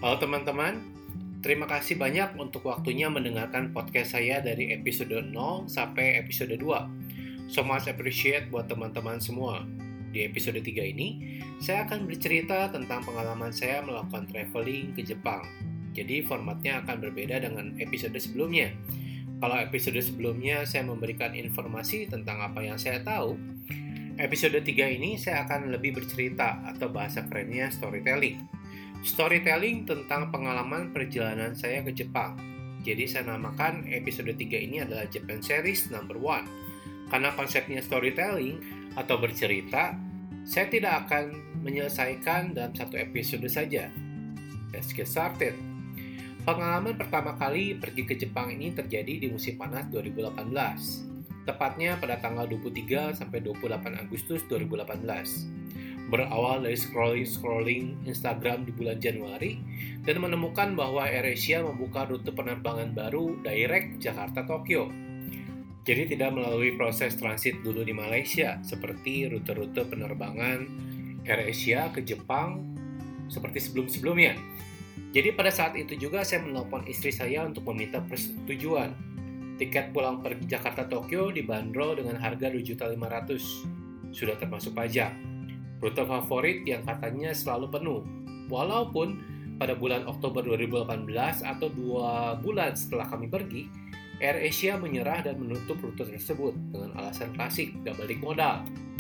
Halo teman-teman, terima kasih banyak untuk waktunya mendengarkan podcast saya dari episode 0 sampai episode 2. So much appreciate buat teman-teman semua. Di episode 3 ini, saya akan bercerita tentang pengalaman saya melakukan traveling ke Jepang. Jadi formatnya akan berbeda dengan episode sebelumnya. Kalau episode sebelumnya saya memberikan informasi tentang apa yang saya tahu, episode 3 ini saya akan lebih bercerita atau bahasa kerennya storytelling. Storytelling tentang pengalaman perjalanan saya ke Jepang. Jadi saya namakan episode 3 ini adalah Japan Series number 1. Karena konsepnya storytelling atau bercerita, saya tidak akan menyelesaikan dalam satu episode saja. Let's get started. Pengalaman pertama kali pergi ke Jepang ini terjadi di musim panas 2018. Tepatnya pada tanggal 23 sampai 28 Agustus 2018. Berawal dari scrolling Instagram di bulan Januari dan menemukan bahwa AirAsia membuka rute penerbangan baru direct Jakarta-Tokyo. Jadi tidak melalui proses transit dulu di Malaysia seperti rute-rute penerbangan AirAsia ke Jepang seperti sebelum-sebelumnya. Jadi pada saat itu juga saya menelpon istri saya untuk meminta persetujuan. Tiket pulang pergi Jakarta-Tokyo dibanderol dengan harga 2.500.000, sudah termasuk pajak. Rute favorit yang katanya selalu penuh, walaupun pada bulan Oktober 2018 atau 2 bulan setelah kami pergi, AirAsia menyerah dan menutup rute tersebut dengan alasan klasik, gak balik modal.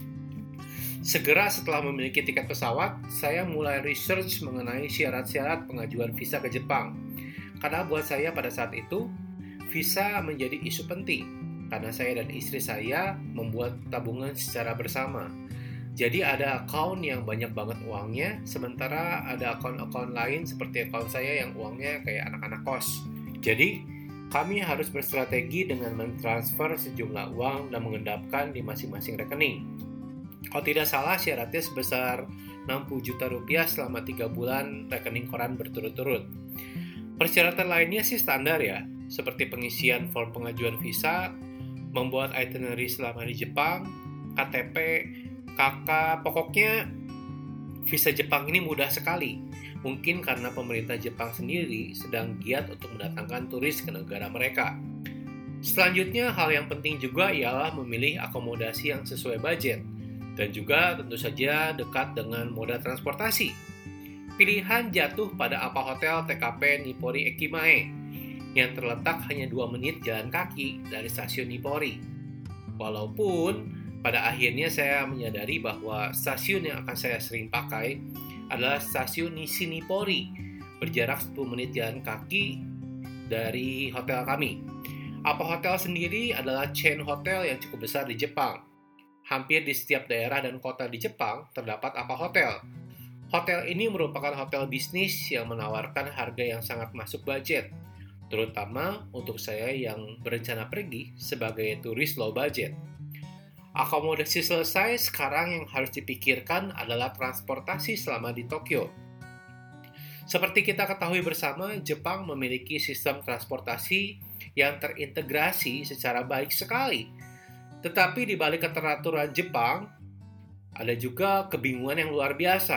Segera setelah memiliki tiket pesawat, saya mulai research mengenai syarat-syarat pengajuan visa ke Jepang. Karena buat saya pada saat itu, visa menjadi isu penting, karena saya dan istri saya membuat tabungan secara bersama. Jadi ada akun yang banyak banget uangnya, sementara ada akun-akun lain seperti akun saya yang uangnya kayak anak-anak kos. Jadi, kami harus berstrategi dengan mentransfer sejumlah uang dan mengendapkan di masing-masing rekening. Kalau tidak salah, syaratnya sebesar 60 juta rupiah selama 3 bulan rekening koran berturut-turut. Persyaratan lainnya sih standar ya, seperti pengisian form pengajuan visa, membuat itinerary selama di Jepang, KTP, KK, pokoknya visa Jepang ini mudah sekali. Mungkin karena pemerintah Jepang sendiri sedang giat untuk mendatangkan turis ke negara mereka. Selanjutnya, hal yang penting juga ialah memilih akomodasi yang sesuai budget dan juga tentu saja dekat dengan moda transportasi. Pilihan jatuh pada APA Hotel TKP Nippori Ekimae yang terletak hanya 2 menit jalan kaki dari stasiun Nippori. Walaupun pada akhirnya saya menyadari bahwa stasiun yang akan saya sering pakai adalah stasiun Nishi-Nippori, berjarak 10 menit jalan kaki dari hotel kami. APA Hotel sendiri adalah chain hotel yang cukup besar di Jepang. Hampir di setiap daerah dan kota di Jepang terdapat APA Hotel. Hotel ini merupakan hotel bisnis yang menawarkan harga yang sangat masuk budget, terutama untuk saya yang berencana pergi sebagai turis low budget. Akomodasi selesai, sekarang yang harus dipikirkan adalah transportasi selama di Tokyo. Seperti kita ketahui bersama, Jepang memiliki sistem transportasi yang terintegrasi secara baik sekali. Tetapi di balik keteraturan Jepang, ada juga kebingungan yang luar biasa.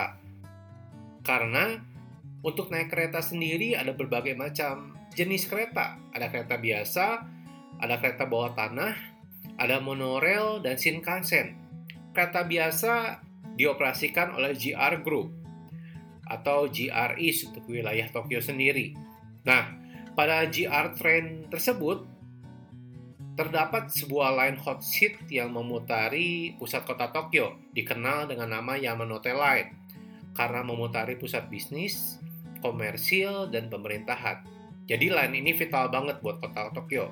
Karena untuk naik kereta sendiri ada berbagai macam jenis kereta. Ada kereta biasa, ada kereta bawah tanah, ada monorail dan Shinkansen. Kereta biasa dioperasikan oleh JR Group atau JR East untuk wilayah Tokyo sendiri. Nah, pada JR Train tersebut terdapat sebuah line hot seat yang memutari pusat kota Tokyo, dikenal dengan nama Yamanote Line, karena memutari pusat bisnis, komersil, dan pemerintahan. Jadi line ini vital banget buat kota Tokyo.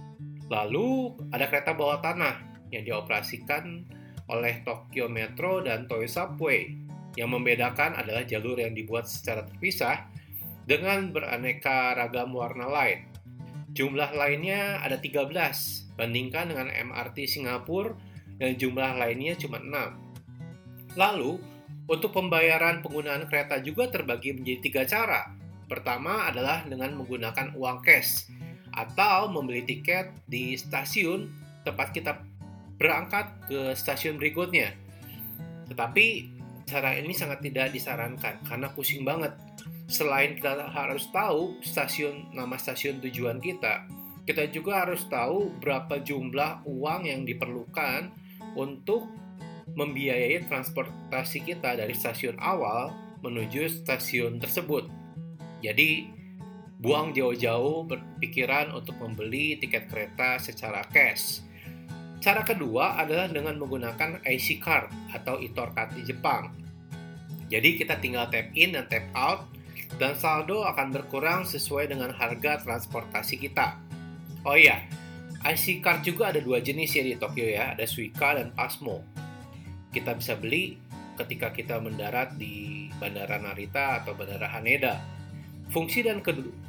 Lalu ada kereta bawah tanah yang dioperasikan oleh Tokyo Metro dan Toei Subway. Yang membedakan adalah jalur yang dibuat secara terpisah dengan beraneka ragam warna lain. Jumlah lainnya ada 13, bandingkan dengan MRT Singapura yang jumlah lainnya cuma 6. Lalu, untuk pembayaran penggunaan kereta juga terbagi menjadi 3 cara. Pertama adalah dengan menggunakan uang cash, atau membeli tiket di stasiun tempat kita berangkat ke stasiun berikutnya. Tetapi cara ini sangat tidak disarankan karena pusing banget. Selain kita harus tahu nama stasiun tujuan kita juga harus tahu berapa jumlah uang yang diperlukan untuk membiayai transportasi kita dari stasiun awal menuju stasiun tersebut. Jadi, buang jauh-jauh berpikiran untuk membeli tiket kereta secara cash. Cara kedua adalah dengan menggunakan IC card atau e-torkat di Jepang. Jadi kita tinggal tap in dan tap out, dan saldo akan berkurang sesuai dengan harga transportasi kita. Oh iya, IC card juga ada 2 jenis ya di Tokyo ya, ada Suica dan Pasmo. Kita bisa beli ketika kita mendarat di Bandara Narita atau Bandara Haneda. Fungsi dan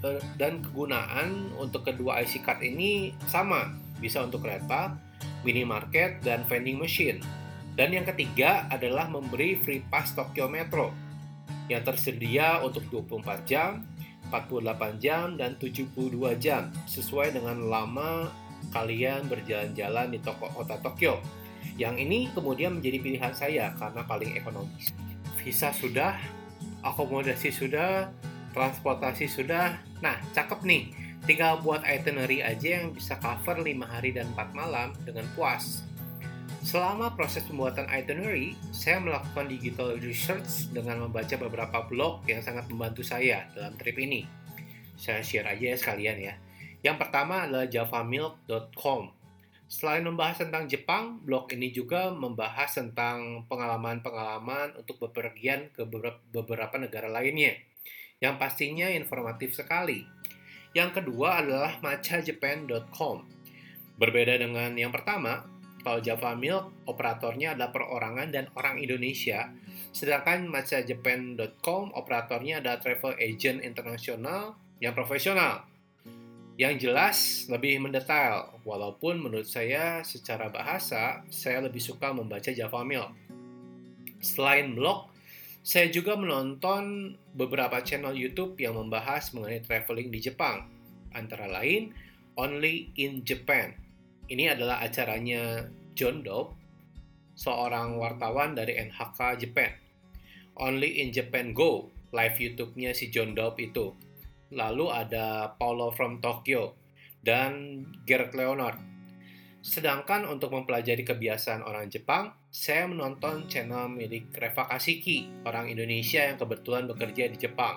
kegunaan untuk kedua IC card ini sama, bisa untuk kereta, minimarket, dan vending machine. Dan yang ketiga adalah memberi free pass Tokyo Metro yang tersedia untuk 24 jam, 48 jam, dan 72 jam sesuai dengan lama kalian berjalan-jalan di kota Tokyo. Yang ini kemudian menjadi pilihan saya karena paling ekonomis. Visa sudah, akomodasi sudah, transportasi sudah. Nah, cakep nih. Tinggal buat itinerary aja yang bisa cover 5 hari dan 4 malam dengan puas. Selama proses pembuatan itinerary, saya melakukan digital research dengan membaca beberapa blog yang sangat membantu saya dalam trip ini. Saya share aja ya sekalian ya. Yang pertama adalah javamilk.com. Selain membahas tentang Jepang, blog ini juga membahas tentang pengalaman-pengalaman untuk bepergian ke beberapa negara lainnya, yang pastinya informatif sekali. Yang kedua adalah matchajapan.com. Berbeda dengan yang pertama, kalau Javamilk, operatornya adalah perorangan dan orang Indonesia, sedangkan matchajapan.com, operatornya adalah travel agent internasional yang profesional. Yang jelas, lebih mendetail, walaupun menurut saya secara bahasa, saya lebih suka membaca Javamilk. Selain blog, saya juga menonton beberapa channel YouTube yang membahas mengenai traveling di Jepang, antara lain Only in Japan. Ini adalah acaranya John Dope, seorang wartawan dari NHK Japan. Only in Japan Go, live YouTube-nya si John Dope itu. Lalu ada Paulo from Tokyo dan Gareth Leonard. Sedangkan untuk mempelajari kebiasaan orang Jepang, saya menonton channel milik Reva Kasiki, orang Indonesia yang kebetulan bekerja di Jepang.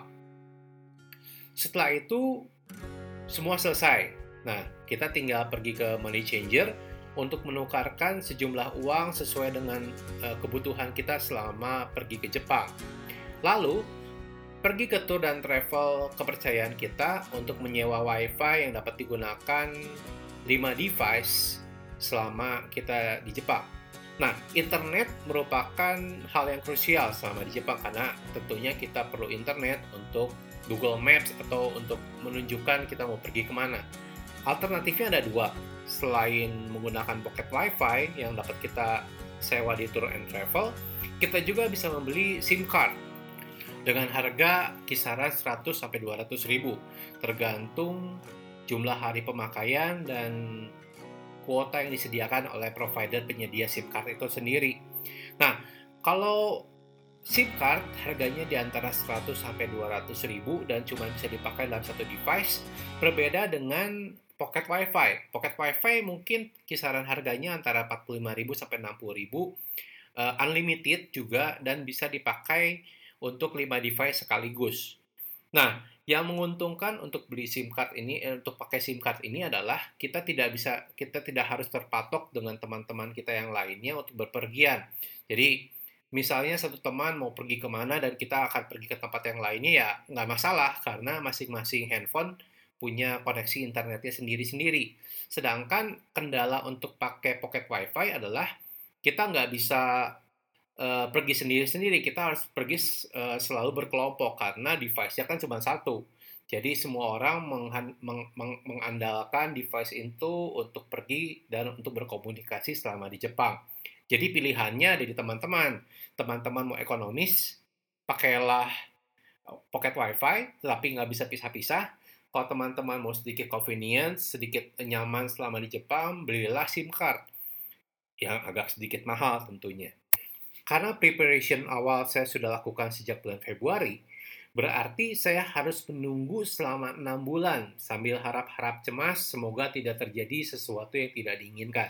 Setelah itu, semua selesai. Nah, kita tinggal pergi ke Money Changer untuk menukarkan sejumlah uang sesuai dengan kebutuhan kita selama pergi ke Jepang. Lalu, pergi ke tour dan travel kepercayaan kita untuk menyewa wifi yang dapat digunakan 5 device selama kita di Jepang. Nah, internet merupakan hal yang krusial selama di Jepang karena tentunya kita perlu internet untuk Google Maps atau untuk menunjukkan kita mau pergi kemana. Alternatifnya ada 2. Selain menggunakan pocket wifi yang dapat kita sewa di tour and travel, kita juga bisa membeli SIM card dengan harga kisaran 100-200 ribu, tergantung jumlah hari pemakaian dan kuota yang disediakan oleh provider penyedia SIM card itu sendiri. Nah, kalau SIM card harganya di antara 100-200 ribu dan cuma bisa dipakai dalam satu device, berbeda dengan pocket wifi. Pocket wifi mungkin kisaran harganya antara 45.000 sampai 60.000, unlimited juga dan bisa dipakai untuk 5 device sekaligus. Nah, yang menguntungkan untuk beli SIM card ini, untuk pakai SIM card ini adalah kita tidak harus terpatok dengan teman-teman kita yang lainnya untuk berpergian. Jadi, misalnya satu teman mau pergi kemana dan kita akan pergi ke tempat yang lainnya, ya nggak masalah karena masing-masing handphone punya koneksi internetnya sendiri-sendiri. Sedangkan kendala untuk pakai pocket wifi adalah kita nggak bisa pergi sendiri-sendiri, kita harus pergi selalu berkelompok karena device-nya kan cuma satu. Jadi semua orang mengandalkan device itu untuk pergi dan untuk berkomunikasi selama di Jepang. Jadi pilihannya dari teman-teman. Teman-teman mau ekonomis, pakailah pocket wifi, tapi nggak bisa pisah-pisah. Kalau teman-teman mau sedikit convenience, sedikit nyaman selama di Jepang, belilah SIM card yang agak sedikit mahal tentunya. Karena preparation awal saya sudah lakukan sejak bulan Februari, Berarti saya harus menunggu selama 6 bulan sambil harap-harap cemas semoga tidak terjadi sesuatu yang tidak diinginkan.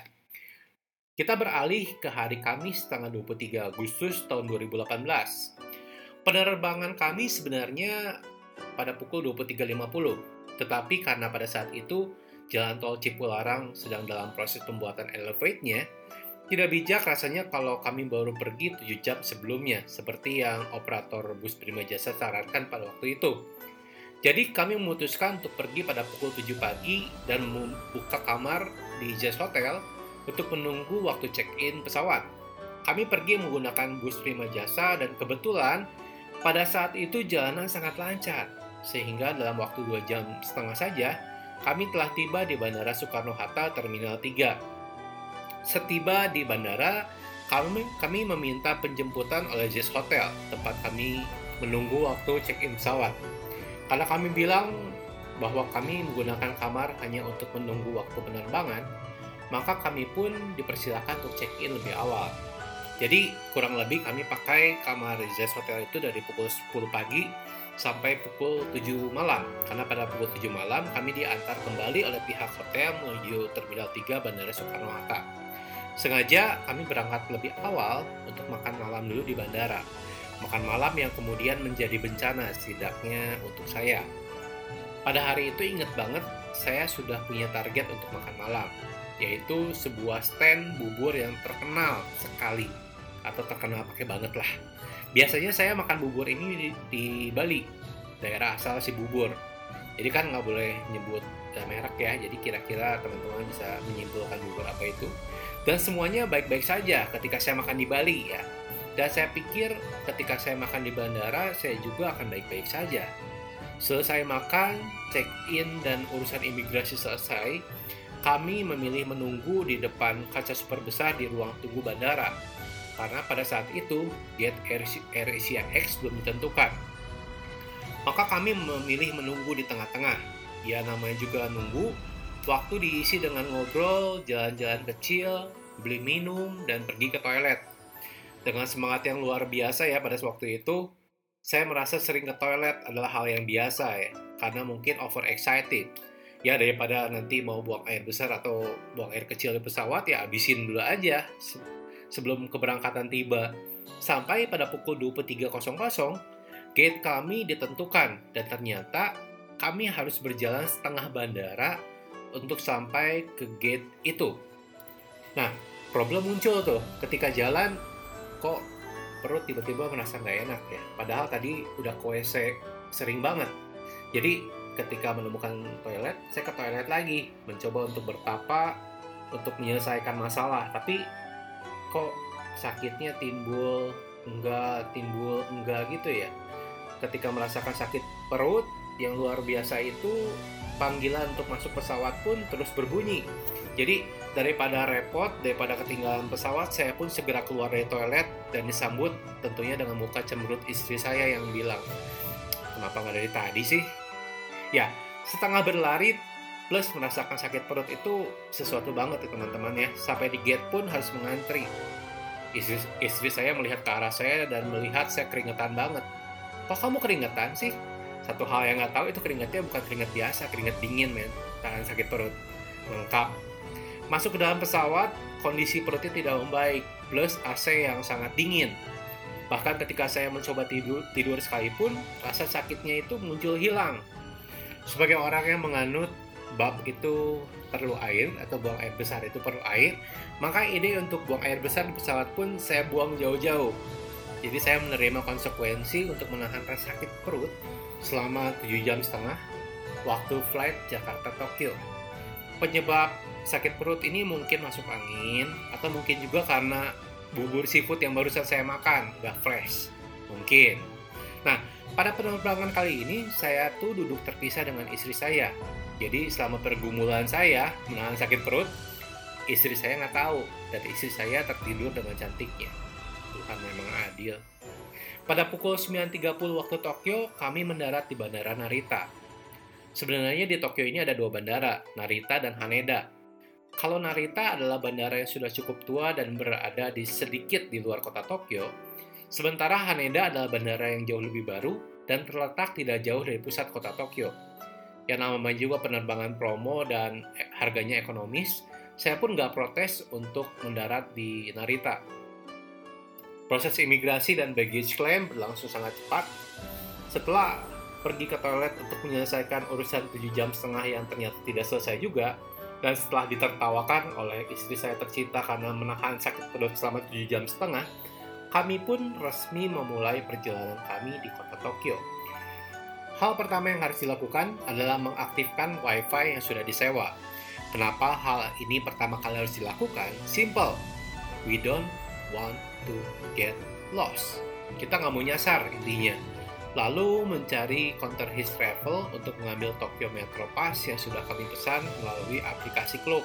Kita beralih ke hari Kamis tanggal 23 Agustus tahun 2018. Penerbangan kami sebenarnya pada pukul 23.50, tetapi karena pada saat itu jalan tol Cipularang sedang dalam proses pembuatan elevate-nya, tidak bijak rasanya kalau kami baru pergi 7 jam sebelumnya, seperti yang operator bus Prima Jasa sarankan pada waktu itu. Jadi kami memutuskan untuk pergi pada pukul 7 pagi dan membuka kamar di Jazz Hotel untuk menunggu waktu check-in pesawat. Kami pergi menggunakan bus Prima Jasa dan kebetulan pada saat itu jalanan sangat lancar, sehingga dalam waktu 2 jam setengah saja, kami telah tiba di Bandara Soekarno-Hatta Terminal 3. Setiba di bandara, kami meminta penjemputan oleh Jazz Hotel, tempat kami menunggu waktu check-in pesawat. Karena kami bilang bahwa kami menggunakan kamar hanya untuk menunggu waktu penerbangan, maka kami pun dipersilakan untuk check-in lebih awal. Jadi kurang lebih kami pakai kamar Jazz Hotel itu dari pukul 10 pagi sampai pukul 7 malam. Karena pada pukul 7 malam kami diantar kembali oleh pihak hotel menuju Terminal 3 Bandara Soekarno-Hatta. Sengaja kami berangkat lebih awal untuk makan malam dulu di bandara. Makan malam yang kemudian menjadi bencana setidaknya untuk saya. Pada hari itu ingat banget saya sudah punya target untuk makan malam, yaitu sebuah stand bubur yang terkenal sekali, atau terkenal pakai banget lah. Biasanya saya makan bubur ini di Bali, daerah asal si bubur. Jadi kan nggak boleh nyebut merek ya, jadi kira-kira teman-teman bisa menyimpulkan bubur apa itu. Dan semuanya baik-baik saja ketika saya makan di Bali ya. Dan saya pikir ketika saya makan di bandara, saya juga akan baik-baik saja. Selesai makan, check-in, dan urusan imigrasi selesai, kami memilih menunggu di depan kaca super besar di ruang tunggu bandara. Karena pada saat itu, gate AirAsia X belum ditentukan. Maka kami memilih menunggu di tengah-tengah. Ya namanya juga nunggu, waktu diisi dengan ngobrol, jalan-jalan kecil, beli minum, dan pergi ke toilet. Dengan semangat yang luar biasa ya pada waktu itu, saya merasa sering ke toilet adalah hal yang biasa ya, karena mungkin overexcited. Ya daripada nanti mau buang air besar atau buang air kecil di pesawat, ya habisin dulu aja sebelum keberangkatan tiba. Sampai pada pukul 23.00, gate kami ditentukan dan ternyata kami harus berjalan setengah bandara untuk sampai ke gate itu. Nah, problem muncul tuh ketika jalan, kok perut tiba-tiba merasa nggak enak ya. Padahal tadi udah ke WC sering banget. Jadi ketika menemukan toilet, saya ke toilet lagi, mencoba untuk bertapa untuk menyelesaikan masalah. Tapi kok sakitnya timbul enggak gitu ya. Ketika merasakan sakit perut yang luar biasa itu, panggilan untuk masuk pesawat pun terus berbunyi. Jadi daripada repot, daripada ketinggalan pesawat, saya pun segera keluar dari toilet dan disambut tentunya dengan muka cemberut istri saya yang bilang, "Kenapa nggak dari tadi sih?" Ya, setengah berlari plus merasakan sakit perut itu sesuatu banget ya teman-teman ya. Sampai di gate pun harus mengantri. Istri saya melihat ke arah saya dan melihat saya keringetan banget. "Kok kamu keringetan sih?" Satu hal yang nggak tahu itu keringatnya bukan keringat biasa, keringat dingin men, tahan sakit perut. Lengkap. Masuk ke dalam pesawat, kondisi perutnya tidak membaik, plus AC yang sangat dingin. Bahkan ketika saya mencoba tidur sekalipun, rasa sakitnya itu muncul hilang. Sebagai orang yang menganut bab itu perlu air atau buang air besar itu perlu air, maka ide untuk buang air besar di pesawat pun saya buang jauh-jauh. Jadi saya menerima konsekuensi untuk menahan rasa sakit perut selama 7 jam setengah waktu flight Jakarta-Tokyo. Penyebab sakit perut ini mungkin masuk angin, atau mungkin juga karena bubur seafood yang barusan saya makan, udah fresh. Mungkin. Nah, pada penerbangan kali ini, saya tuh duduk terpisah dengan istri saya. Jadi selama pergumulan saya menahan sakit perut, istri saya nggak tahu, dan istri saya tertidur dengan cantiknya. Tuhan memang adil. Pada pukul 9.30 waktu Tokyo, kami mendarat di Bandara Narita. Sebenarnya di Tokyo ini ada 2 bandara, Narita dan Haneda. Kalau Narita adalah bandara yang sudah cukup tua dan berada sedikit di luar kota Tokyo, sementara Haneda adalah bandara yang jauh lebih baru dan terletak tidak jauh dari pusat kota Tokyo. Yang namanya juga penerbangan promo dan harganya ekonomis, saya pun nggak protes untuk mendarat di Narita. Proses imigrasi dan baggage claim berlangsung sangat cepat. Setelah pergi ke toilet untuk menyelesaikan urusan 7,5 jam yang ternyata tidak selesai juga, dan setelah ditertawakan oleh istri saya tercinta karena menahan sakit perut selama 7,5 jam, kami pun resmi memulai perjalanan kami di kota Tokyo. Hal pertama yang harus dilakukan adalah mengaktifkan Wi-Fi yang sudah disewa. Kenapa hal ini pertama kali harus dilakukan? Simple. We don't want to get lost. Kita nggak mau nyasar intinya. Lalu mencari counter his travel untuk mengambil Tokyo Metro Pass yang sudah kami pesan melalui aplikasi Klook.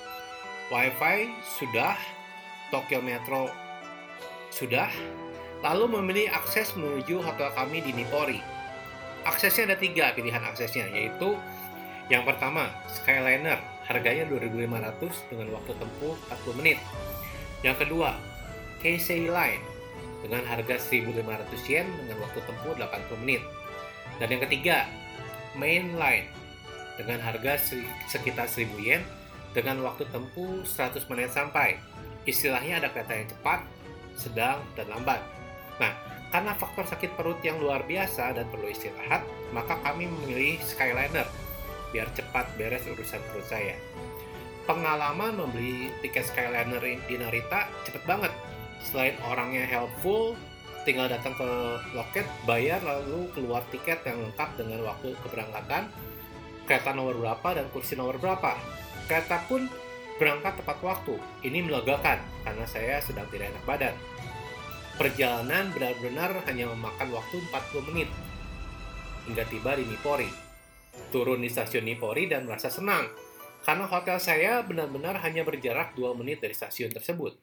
Wi-Fi sudah, Tokyo Metro sudah, lalu memilih akses menuju hotel kami di Nippori. Aksesnya ada 3 pilihan aksesnya, yaitu yang pertama, Skyliner, harganya 2.500 dengan waktu tempuh 40 menit. Yang kedua, Keisei Line, dengan harga 1.500 yen dengan waktu tempuh 80 menit. Dan yang ketiga, Main Line, dengan harga sekitar 1.000 yen dengan waktu tempuh 100 menit sampai. Istilahnya ada kereta yang cepat, sedang, dan lambat. Nah, karena faktor sakit perut yang luar biasa dan perlu istirahat, maka kami memilih Skyliner, biar cepat beres urusan perut saya. Pengalaman membeli tiket Skyliner di Narita cepet banget. Selain orangnya helpful, tinggal datang ke loket, bayar, lalu keluar tiket yang lengkap dengan waktu keberangkatan, kereta nomor berapa, dan kursi nomor berapa. Kereta pun berangkat tepat waktu. Ini melegakan, karena saya sedang tidak enak badan. Perjalanan benar-benar hanya memakan waktu 40 menit hingga tiba di Nippori. Turun di stasiun Nippori dan merasa senang, karena hotel saya benar-benar hanya berjarak 2 menit dari stasiun tersebut.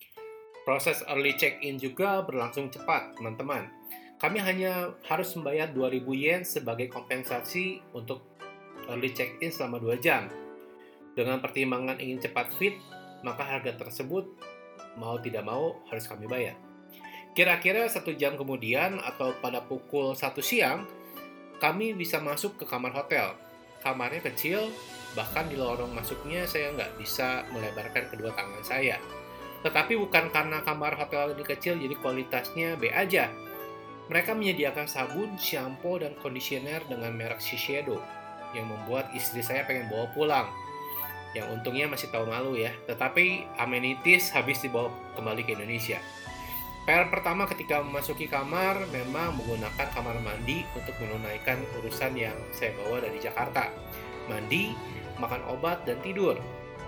Proses early check-in juga berlangsung cepat, teman-teman. Kami hanya harus membayar 2.000 yen sebagai kompensasi untuk early check-in selama 2 jam. Dengan pertimbangan ingin cepat fit, maka harga tersebut mau tidak mau harus kami bayar. Kira-kira 1 jam kemudian atau pada pukul 1 siang, kami bisa masuk ke kamar hotel. Kamarnya kecil, bahkan di lorong masuknya saya nggak bisa melebarkan kedua tangan saya. Tetapi bukan karena kamar hotel ini kecil jadi kualitasnya B aja. Mereka menyediakan sabun, shampoo, dan conditioner dengan merek Shiseido yang membuat istri saya pengen bawa pulang. Yang untungnya masih tahun lalu ya, tetapi amenities habis dibawa kembali ke Indonesia. PR pertama ketika memasuki kamar memang menggunakan kamar mandi untuk menunaikan urusan yang saya bawa dari Jakarta. Mandi, makan obat, dan tidur.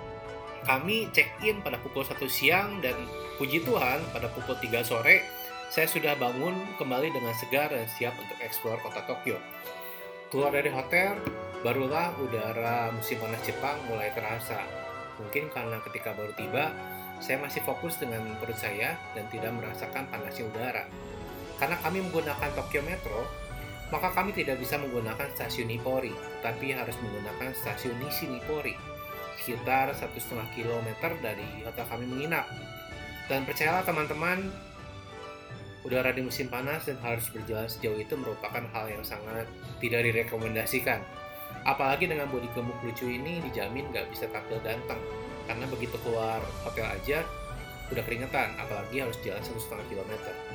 Kami check-in pada pukul 1 siang dan puji Tuhan pada pukul 3 sore saya sudah bangun kembali dengan segar dan siap untuk eksplor kota Tokyo. Keluar dari hotel, barulah udara musim panas Jepang mulai terasa. Mungkin karena ketika baru tiba, saya masih fokus dengan perut saya dan tidak merasakan panasnya udara. Karena kami menggunakan Tokyo Metro, maka kami tidak bisa menggunakan stasiun Nippori, tapi harus menggunakan stasiun Nishi Nippori, sekitar 1,5 km dari hotel kami menginap. Dan percayalah teman-teman, udara di musim panas dan harus berjalan sejauh itu merupakan hal yang sangat tidak direkomendasikan. Apalagi dengan bodi gemuk lucu ini dijamin nggak bisa tampil ganteng. Karena begitu keluar hotel aja udah keringetan, apalagi harus jalan 1,5 km.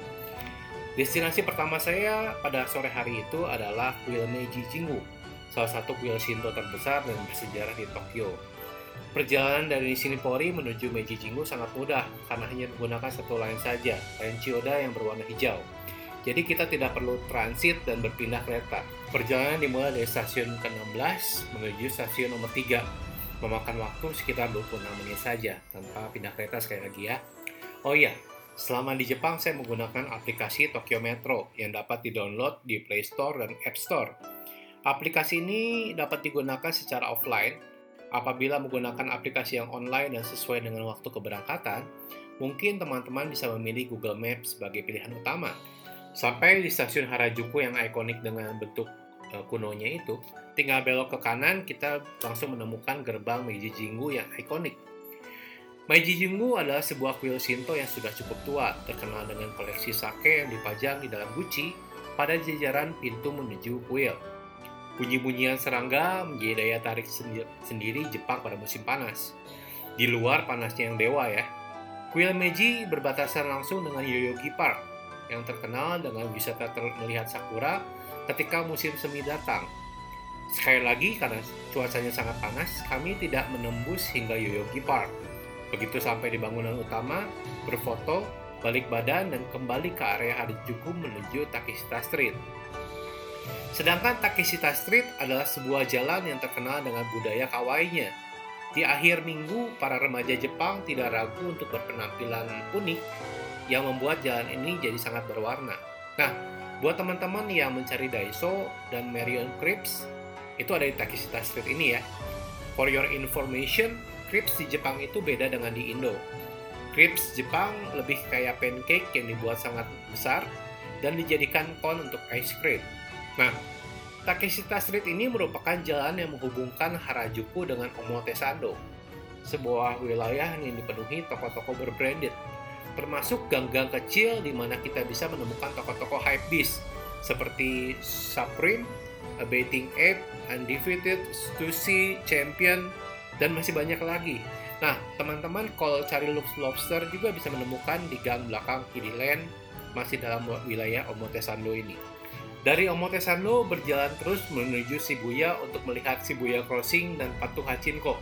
Destinasi pertama saya pada sore hari itu adalah kuil Meiji Jingu, salah satu kuil Shinto terbesar dan bersejarah di Tokyo. Perjalanan dari Nippori menuju Meiji Jingu sangat mudah karena hanya menggunakan satu line saja, line Chiyoda yang berwarna hijau. Jadi kita tidak perlu transit dan berpindah kereta. Perjalanan dimulai dari stasiun ke-16 menuju stasiun nomor 3. Memakan waktu sekitar 26 menit saja tanpa pindah kereta sekali lagi ya. Oh iya, selama di Jepang saya menggunakan aplikasi Tokyo Metro yang dapat di-download di Play Store dan App Store. Aplikasi ini dapat digunakan secara offline. Apabila menggunakan aplikasi yang online dan sesuai dengan waktu keberangkatan, mungkin teman-teman bisa memilih Google Maps sebagai pilihan utama. Sampai di stasiun Harajuku yang ikonik dengan bentuk kunonya itu, tinggal belok ke kanan, kita langsung menemukan gerbang Meiji Jingu yang ikonik. Meiji Jingu adalah sebuah kuil Shinto yang sudah cukup tua, terkenal dengan koleksi sake yang dipajang di dalam guci, pada jajaran pintu menuju kuil. Bunyi-bunyian serangga menjadi daya tarik sendiri Jepang pada musim panas. Di luar panasnya yang dewa ya. Kuil Meiji berbatasan langsung dengan Yoyogi Park yang terkenal dengan wisata melihat sakura ketika musim semi datang. Sekali lagi, karena cuacanya sangat panas, kami tidak menembus hingga Yoyogi Park. Begitu sampai di bangunan utama, berfoto, balik badan, dan kembali ke area Harajuku menuju Takeshita Street. Sedangkan Takeshita Street adalah sebuah jalan yang terkenal dengan budaya kawaiinya. Di akhir minggu, para remaja Jepang tidak ragu untuk berpenampilan unik yang membuat jalan ini jadi sangat berwarna. Nah, buat teman-teman yang mencari Daiso dan Marion Crepes, itu ada di Takeshita Street ini ya. For your information, crepes di Jepang itu beda dengan di Indo. Crepes Jepang lebih kayak pancake yang dibuat sangat besar dan dijadikan kon untuk ice cream. Nah, Takeshita Street ini merupakan jalan yang menghubungkan Harajuku dengan Omotesando, sebuah wilayah yang dipenuhi toko-toko berbranded, termasuk gang-gang kecil di mana kita bisa menemukan toko-toko hypebeast seperti Supreme, A Bathing Ape, Undefeated, Stussy, Champion, dan masih banyak lagi. Nah, teman-teman kalau cari lobster juga bisa menemukan di gang belakang Kiddyland, masih dalam wilayah Omotesando ini. Dari Omotesando berjalan terus menuju Shibuya untuk melihat Shibuya Crossing dan patung Hachinko.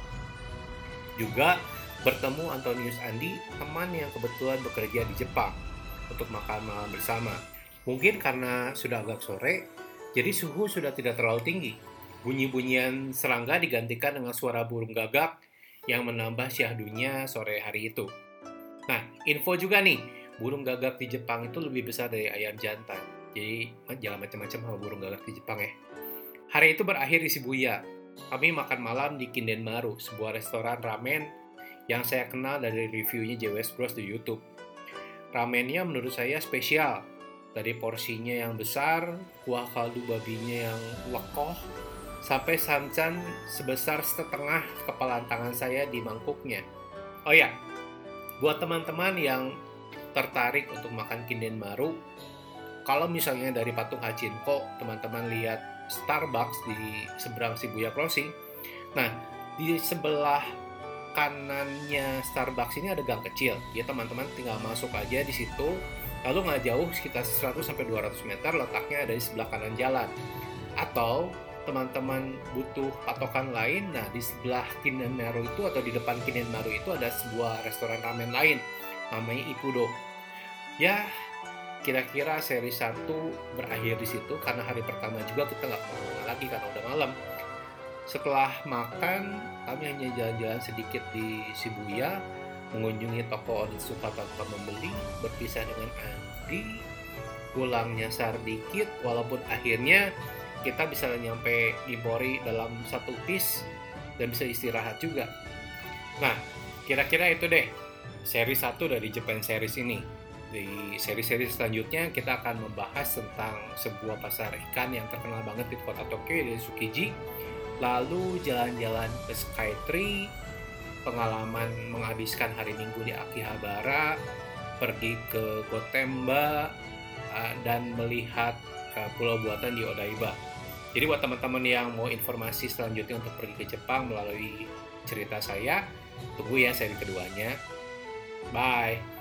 Juga bertemu Antonius Andi, teman yang kebetulan bekerja di Jepang, untuk makan malam bersama. Mungkin karena sudah agak sore, jadi suhu sudah tidak terlalu tinggi. Bunyi-bunyian serangga digantikan dengan suara burung gagak yang menambah syahdunya sore hari itu. Nah, info juga nih, burung gagak di Jepang itu lebih besar dari ayam jantan. Jadi, jangan macam-macam sama burung gagak di Jepang ya. Hari itu berakhir di Shibuya. Kami makan malam di Kindenmaru, sebuah restoran ramen yang saya kenal dari reviewnya JWS Bros di YouTube. Ramennya menurut saya spesial. Dari porsinya yang besar, kuah kaldu babinya yang lekoh, sampai santan sebesar setengah kepalan tangan saya di mangkuknya. Oh ya, buat teman-teman yang tertarik untuk makan Kindenmaru, kalau misalnya dari patung Hachinko, teman-teman lihat Starbucks di seberang Shibuya Crossing. Nah, di sebelah kanannya Starbucks ini ada gang kecil. Ya, teman-teman tinggal masuk aja di situ. Lalu nggak jauh, sekitar 100-200 meter, letaknya ada di sebelah kanan jalan. Atau teman-teman butuh patokan lain, nah di sebelah Kindenmaru itu atau di depan Kindenmaru itu ada sebuah restoran ramen lain, namanya Ippudo. Ya, kira-kira seri 1 berakhir di situ karena hari pertama juga kita nggak kemana lagi karena udah malam. Setelah makan, kami hanya jalan-jalan sedikit di Shibuya, mengunjungi toko Onitsuka tanpa membeli, berpisah dengan Andi, pulang nyasar dikit, walaupun akhirnya kita bisa nyampe Nippori dalam 1 bis dan bisa istirahat juga. Nah, kira-kira itu deh seri 1 dari Japan Series ini. Di seri-seri selanjutnya kita akan membahas tentang sebuah pasar ikan yang terkenal banget di kota Tokyo, yaitu Tsukiji. Lalu jalan-jalan ke Skytree, pengalaman menghabiskan hari Minggu di Akihabara, pergi ke Gotemba, dan melihat pulau buatan di Odaiba. Jadi buat teman-teman yang mau informasi selanjutnya untuk pergi ke Jepang melalui cerita saya, tunggu ya seri keduanya. Bye!